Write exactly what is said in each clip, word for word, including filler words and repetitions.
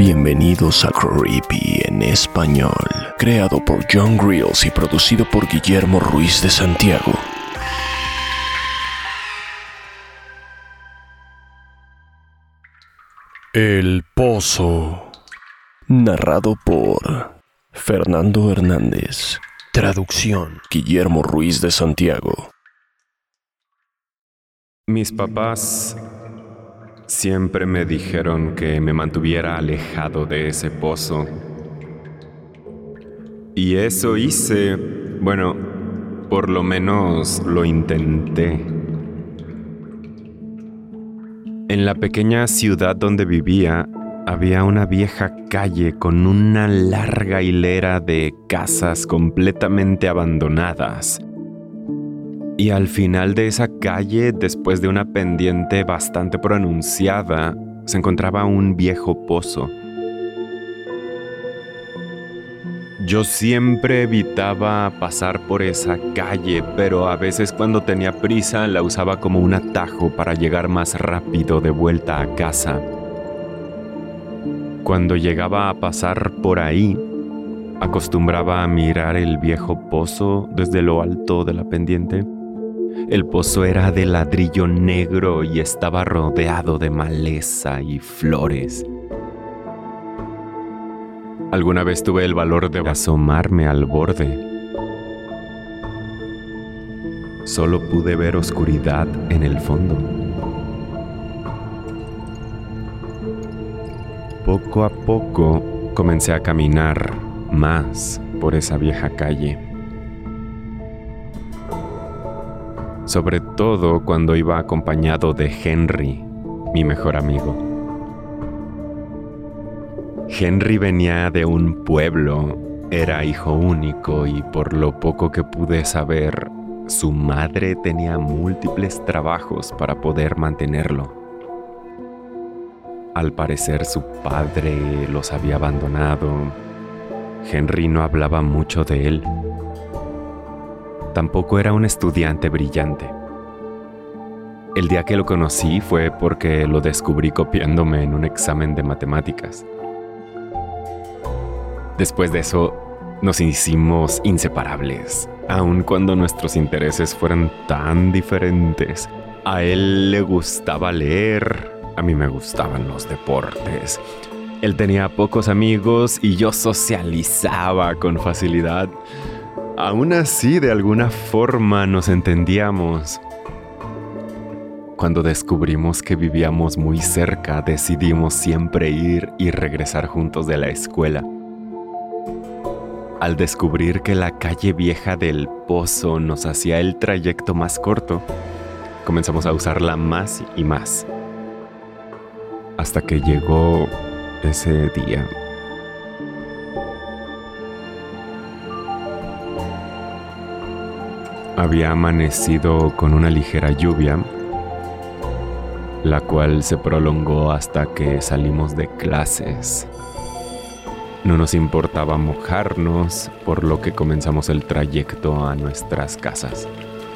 Bienvenidos a Creepy en español, creado por John Grills y producido por Guillermo Ruiz de Santiago. El Pozo, narrado por Fernando Hernández. Traducción: Guillermo Ruiz de Santiago. Mis papás siempre me dijeron que me mantuviera alejado de ese pozo. Y eso hice. Bueno, por lo menos lo intenté. En la pequeña ciudad donde vivía, había una vieja calle con una larga hilera de casas completamente abandonadas. Y al final de esa calle, después de una pendiente bastante pronunciada, se encontraba un viejo pozo. Yo siempre evitaba pasar por esa calle, pero a veces cuando tenía prisa la usaba como un atajo para llegar más rápido de vuelta a casa. Cuando llegaba a pasar por ahí, acostumbraba a mirar el viejo pozo desde lo alto de la pendiente. El pozo era de ladrillo negro y estaba rodeado de maleza y flores. Alguna vez tuve el valor de asomarme al borde. Solo pude ver oscuridad en el fondo. Poco a poco comencé a caminar más por esa vieja calle. Sobre todo cuando iba acompañado de Henry, mi mejor amigo. Henry venía de un pueblo, era hijo único y por lo poco que pude saber, su madre tenía múltiples trabajos para poder mantenerlo. Al parecer su padre los había abandonado. Henry no hablaba mucho de él. Tampoco era un estudiante brillante. El día que lo conocí fue porque lo descubrí copiándome en un examen de matemáticas. Después de eso, nos hicimos inseparables, aun cuando nuestros intereses fueran tan diferentes. A él le gustaba leer, a mí me gustaban los deportes. Él tenía pocos amigos y yo socializaba con facilidad. Aún así, de alguna forma nos entendíamos. Cuando descubrimos que vivíamos muy cerca, decidimos siempre ir y regresar juntos de la escuela. Al descubrir que la calle vieja del pozo nos hacía el trayecto más corto, comenzamos a usarla más y más. Hasta que llegó ese día. Había amanecido con una ligera lluvia, la cual se prolongó hasta que salimos de clases. No nos importaba mojarnos, por lo que comenzamos el trayecto a nuestras casas.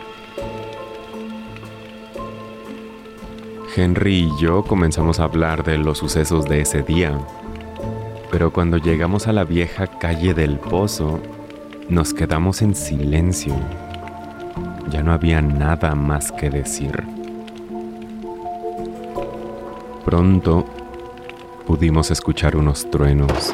Henry y yo comenzamos a hablar de los sucesos de ese día, pero cuando llegamos a la vieja calle del pozo, nos quedamos en silencio. Ya no había nada más que decir. Pronto pudimos escuchar unos truenos.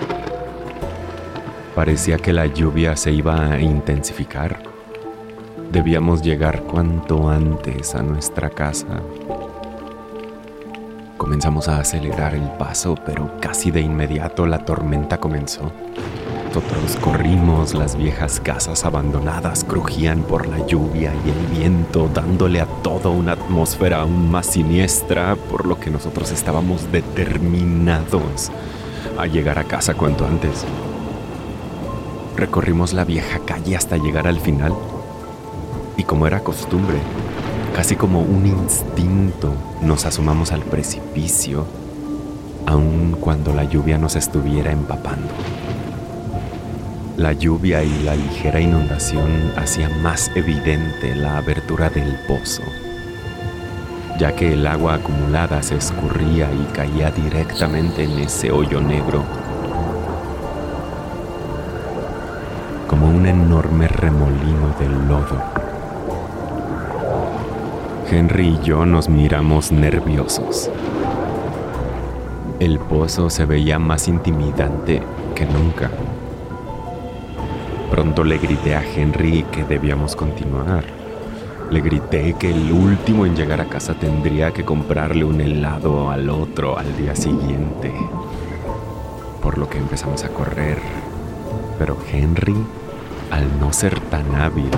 Parecía que la lluvia se iba a intensificar. Debíamos llegar cuanto antes a nuestra casa. Comenzamos a acelerar el paso, pero casi de inmediato la tormenta comenzó. Nosotros corrimos, las viejas casas abandonadas crujían por la lluvia y el viento, dándole a todo una atmósfera aún más siniestra, por lo que nosotros estábamos determinados a llegar a casa cuanto antes. Recorrimos la vieja calle hasta llegar al final, y como era costumbre, casi como un instinto, nos asomamos al precipicio, aun cuando la lluvia nos estuviera empapando. La lluvia y la ligera inundación hacían más evidente la abertura del pozo. ya que el agua acumulada se escurría y caía directamente en ese hoyo negro, como un enorme remolino de lodo. Henry y yo nos miramos nerviosos. El pozo se veía más intimidante que nunca. Pronto le grité a Henry que debíamos continuar. Le grité que el último en llegar a casa tendría que comprarle un helado al otro al día siguiente. Por lo que empezamos a correr. Pero Henry, al no ser tan hábil,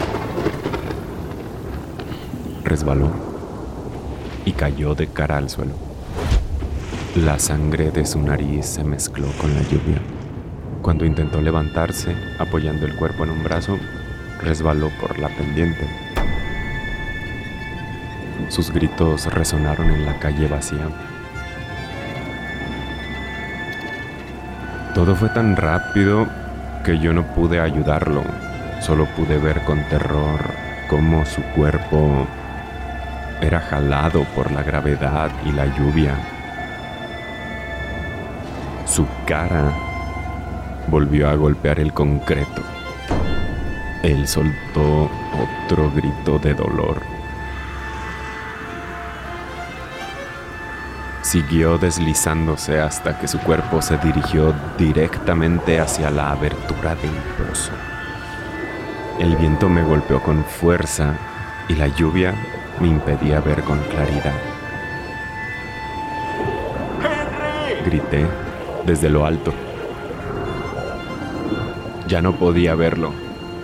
resbaló y cayó de cara al suelo. La sangre de su nariz se mezcló con la lluvia. Cuando intentó levantarse, apoyando el cuerpo en un brazo, resbaló por la pendiente. Sus gritos resonaron en la calle vacía. Todo fue tan rápido que yo no pude ayudarlo. Solo pude ver con terror cómo su cuerpo era jalado por la gravedad y la lluvia. Su cara volvió a golpear el concreto. Él soltó otro grito de dolor. Siguió deslizándose hasta que su cuerpo se dirigió directamente hacia la abertura del pozo. El viento me golpeó con fuerza y la lluvia me impedía ver con claridad. ¡Henry! Grité desde lo alto. Ya no podía verlo.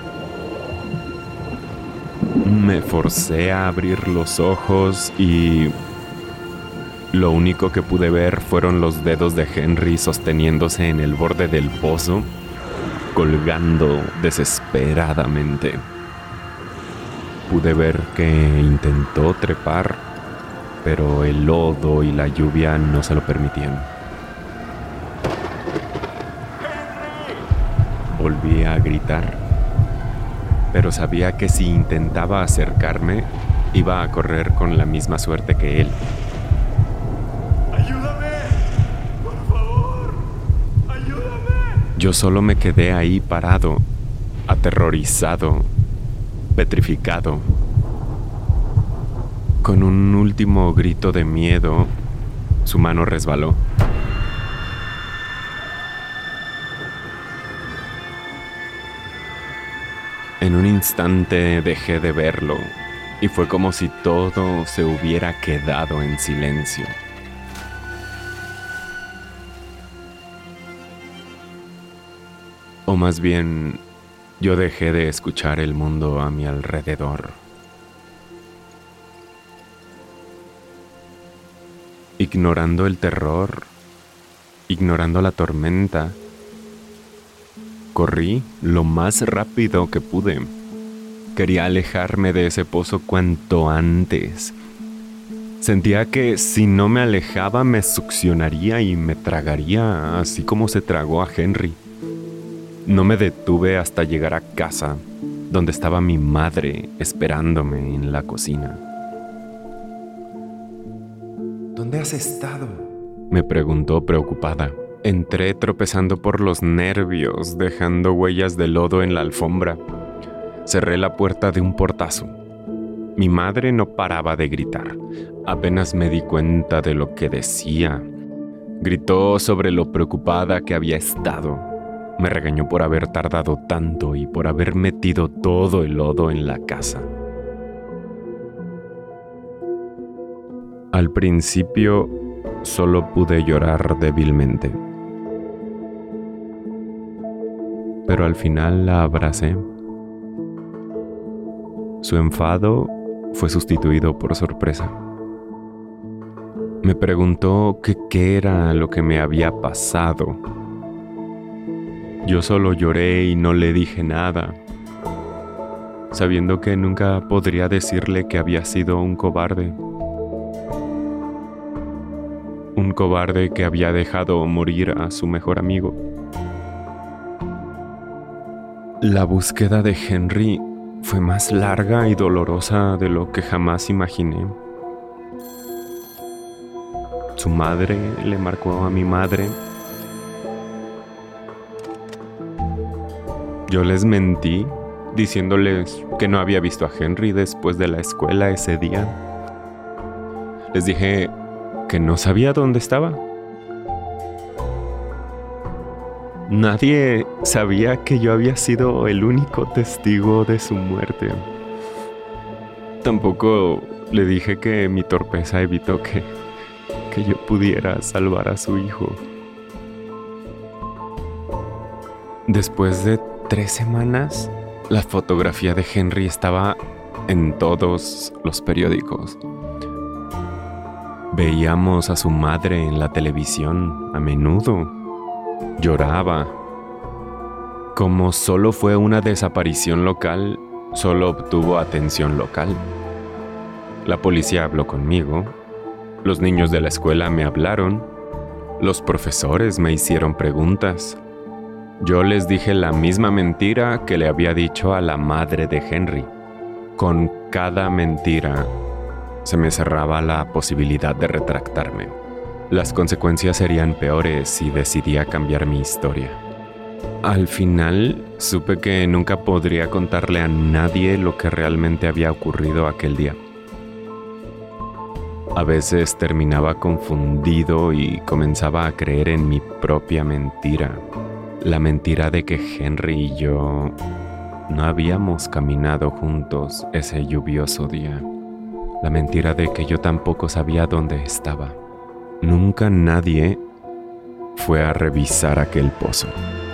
Me forcé a abrir los ojos y lo único que pude ver fueron los dedos de Henry sosteniéndose en el borde del pozo, colgando desesperadamente. Pude ver que intentó trepar, pero el lodo y la lluvia no se lo permitían. Volví a gritar, pero sabía que si intentaba acercarme, iba a correr con la misma suerte que él. Yo solo me quedé ahí parado, aterrorizado, petrificado. Con un último grito de miedo, su mano resbaló. En un instante dejé de verlo y fue como si todo se hubiera quedado en silencio. O más bien, yo dejé de escuchar el mundo a mi alrededor. Ignorando el terror, ignorando la tormenta, corrí lo más rápido que pude. Quería alejarme de ese pozo cuanto antes. Sentía que si no me alejaba me succionaría y me tragaría, así como se tragó a Henry. No me detuve hasta llegar a casa, donde estaba mi madre esperándome en la cocina. ¿Dónde has estado?, me preguntó preocupada. Entré tropezando por los nervios, dejando huellas de lodo en la alfombra. Cerré la puerta de un portazo. Mi madre no paraba de gritar. Apenas me di cuenta de lo que decía. Gritó sobre lo preocupada que había estado. Me regañó por haber tardado tanto y por haber metido todo el lodo en la casa. Al principio, solo pude llorar débilmente. Pero al final la abracé. Su enfado fue sustituido por sorpresa. Me preguntó que qué era lo que me había pasado. Yo solo lloré y no le dije nada, sabiendo que nunca podría decirle que había sido un cobarde. Un cobarde que había dejado morir a su mejor amigo. La búsqueda de Henry fue más larga y dolorosa de lo que jamás imaginé. Su madre le marcó a mi madre. Yo les mentí diciéndoles que no había visto a Henry después de la escuela ese día. Les dije que no sabía dónde estaba. Nadie sabía que yo había sido el único testigo de su muerte. Tampoco le dije que mi torpeza evitó que, que yo pudiera salvar a su hijo. Después de tres semanas, la fotografía de Henry estaba en todos los periódicos. Veíamos a su madre en la televisión a menudo. Lloraba. Como solo fue una desaparición local, solo obtuvo atención local. La policía habló conmigo. Los niños de la escuela me hablaron. Los profesores me hicieron preguntas. Yo les dije la misma mentira que le había dicho a la madre de Henry. Con cada mentira se me cerraba la posibilidad de retractarme. Las consecuencias serían peores si decidía cambiar mi historia. Al final, supe que nunca podría contarle a nadie lo que realmente había ocurrido aquel día. A veces terminaba confundido y comenzaba a creer en mi propia mentira. La mentira de que Henry y yo no habíamos caminado juntos ese lluvioso día. La mentira de que yo tampoco sabía dónde estaba. Nunca nadie fue a revisar aquel pozo.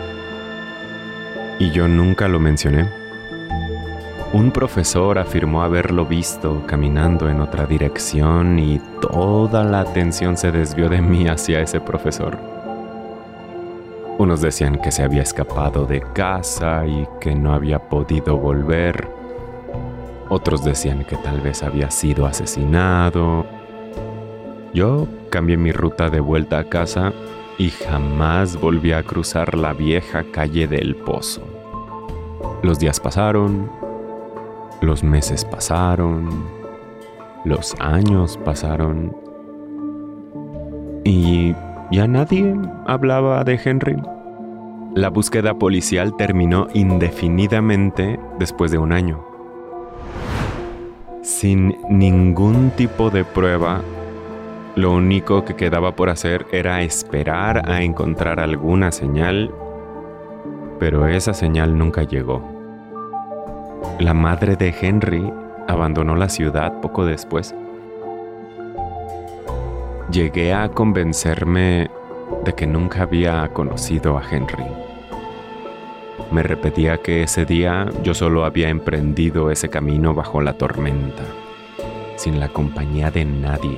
Y yo nunca lo mencioné. Un profesor afirmó haberlo visto caminando en otra dirección y toda la atención se desvió de mí hacia ese profesor. Unos decían que se había escapado de casa y que no había podido volver. Otros decían que tal vez había sido asesinado. Yo cambié mi ruta de vuelta a casa y jamás volví a cruzar la vieja calle del pozo. Los días pasaron, los meses pasaron, los años pasaron y ya nadie hablaba de Henry. La búsqueda policial terminó indefinidamente después de un año. Sin ningún tipo de prueba, lo único que quedaba por hacer era esperar a encontrar alguna señal, pero esa señal nunca llegó. La madre de Henry abandonó la ciudad poco después. Llegué a convencerme de que nunca había conocido a Henry. Me repetía que ese día yo solo había emprendido ese camino bajo la tormenta, sin la compañía de nadie.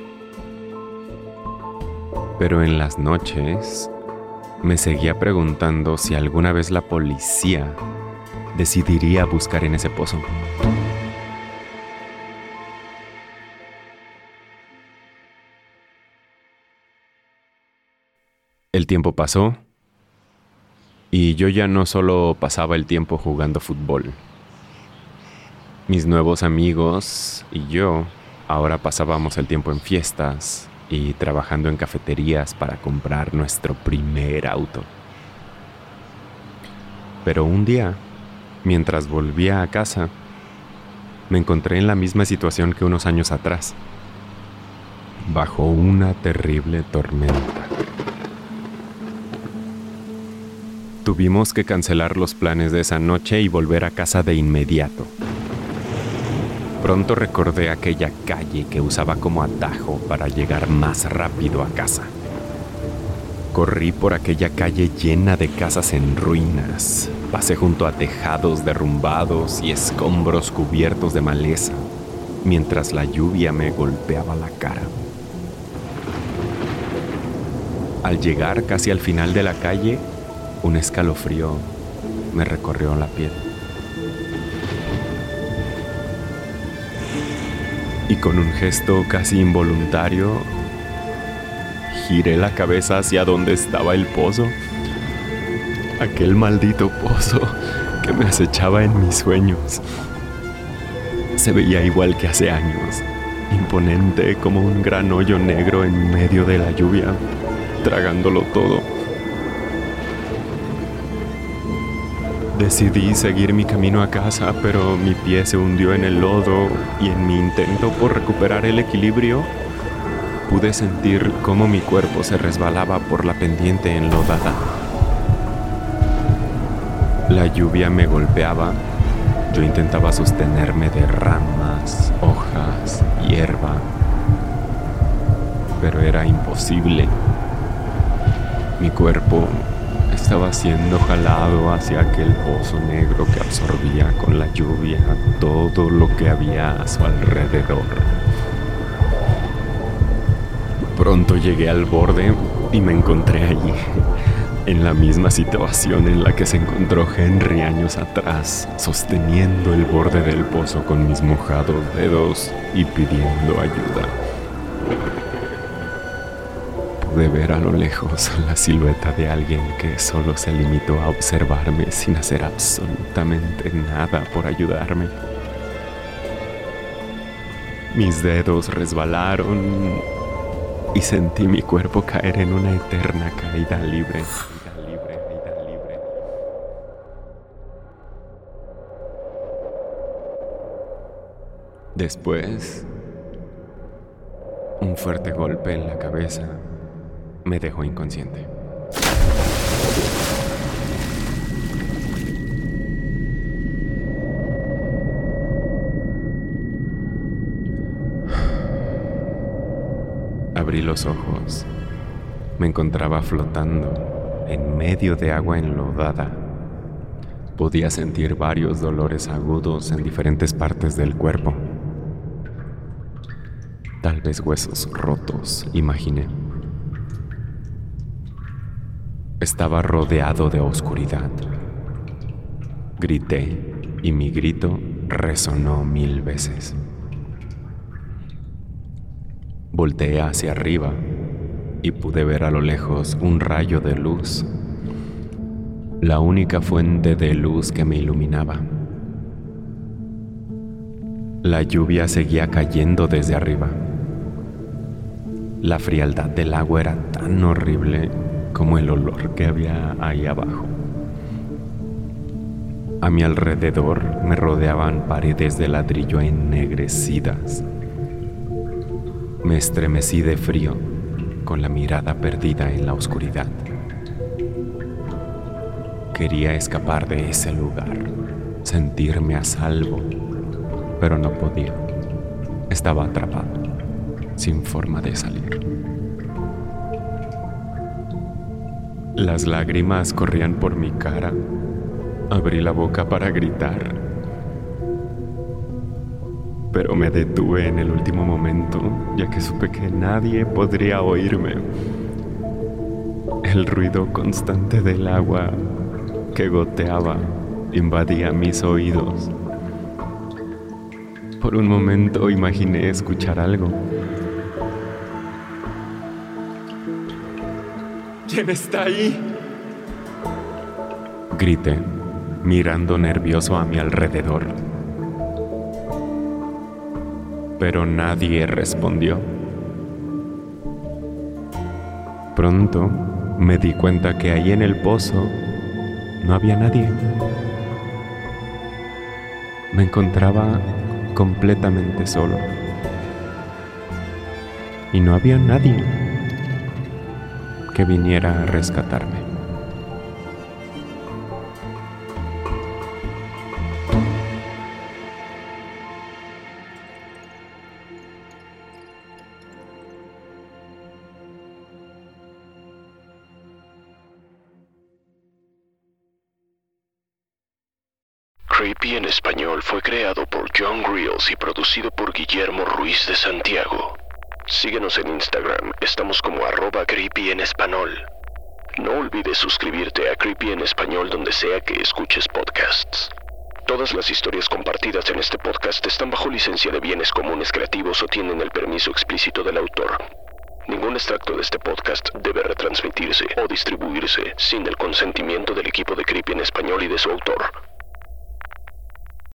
Pero en las noches me seguía preguntando si alguna vez la policía decidiría buscar en ese pozo. El tiempo pasó y yo ya no solo pasaba el tiempo jugando fútbol. Mis nuevos amigos y yo ahora pasábamos el tiempo en fiestas y trabajando en cafeterías para comprar nuestro primer auto. Pero un día, mientras volvía a casa, me encontré en la misma situación que unos años atrás, bajo una terrible tormenta. Tuvimos que cancelar los planes de esa noche y volver a casa de inmediato. Pronto recordé aquella calle que usaba como atajo para llegar más rápido a casa. Corrí por aquella calle llena de casas en ruinas. Pasé junto a tejados derrumbados y escombros cubiertos de maleza, mientras la lluvia me golpeaba la cara. Al llegar casi al final de la calle, un escalofrío me recorrió la piel. Y con un gesto casi involuntario, giré la cabeza hacia donde estaba el pozo. Aquel maldito pozo que me acechaba en mis sueños. Se veía igual que hace años, imponente como un gran hoyo negro en medio de la lluvia, tragándolo todo. Decidí seguir mi camino a casa, pero mi pie se hundió en el lodo y en mi intento por recuperar el equilibrio, pude sentir cómo mi cuerpo se resbalaba por la pendiente enlodada. La lluvia me golpeaba. Yo intentaba sostenerme de ramas, hojas, hierba, pero era imposible. Mi cuerpo estaba siendo jalado hacia aquel pozo negro que absorbía con la lluvia todo lo que había a su alrededor. Pronto llegué al borde y me encontré allí, en la misma situación en la que se encontró Henry años atrás, sosteniendo el borde del pozo con mis mojados dedos y pidiendo ayuda. Pude ver a lo lejos la silueta de alguien que solo se limitó a observarme sin hacer absolutamente nada por ayudarme. Mis dedos resbalaron y sentí mi cuerpo caer en una eterna caída libre. Después, un fuerte golpe en la cabeza me dejó inconsciente. Abrí los ojos. Me encontraba flotando en medio de agua enlodada. Podía sentir varios dolores agudos en diferentes partes del cuerpo. Tal vez huesos rotos, imaginé. Estaba rodeado de oscuridad. Grité y mi grito resonó mil veces. Volteé hacia arriba y pude ver a lo lejos un rayo de luz, la única fuente de luz que me iluminaba. La lluvia seguía cayendo desde arriba. La frialdad del agua era tan horrible como el olor que había ahí abajo. A mi alrededor me rodeaban paredes de ladrillo ennegrecidas. Me estremecí de frío, con la mirada perdida en la oscuridad. Quería escapar de ese lugar, sentirme a salvo, pero no podía. Estaba atrapado, sin forma de salir. Las lágrimas corrían por mi cara. Abrí la boca para gritar, pero me detuve en el último momento, ya que supe que nadie podría oírme. El ruido constante del agua que goteaba invadía mis oídos. Por un momento imaginé escuchar algo. ¿Quién está ahí? Grité, mirando nervioso a mi alrededor. Pero nadie respondió. Pronto me di cuenta que ahí en el pozo no había nadie. Me encontraba completamente solo. Y no había nadie que viniera a rescatarme. Creepy en español fue creado por John Grills y producido por Guillermo Ruiz de Santiago. Síguenos en Instagram, estamos como arroba creepy en español. No olvides suscribirte a Creepy en español donde sea que escuches podcasts. Todas las historias compartidas en este podcast están bajo licencia de bienes comunes creativos o tienen el permiso explícito del autor. Ningún extracto de este podcast debe retransmitirse o distribuirse sin el consentimiento del equipo de Creepy en español y de su autor.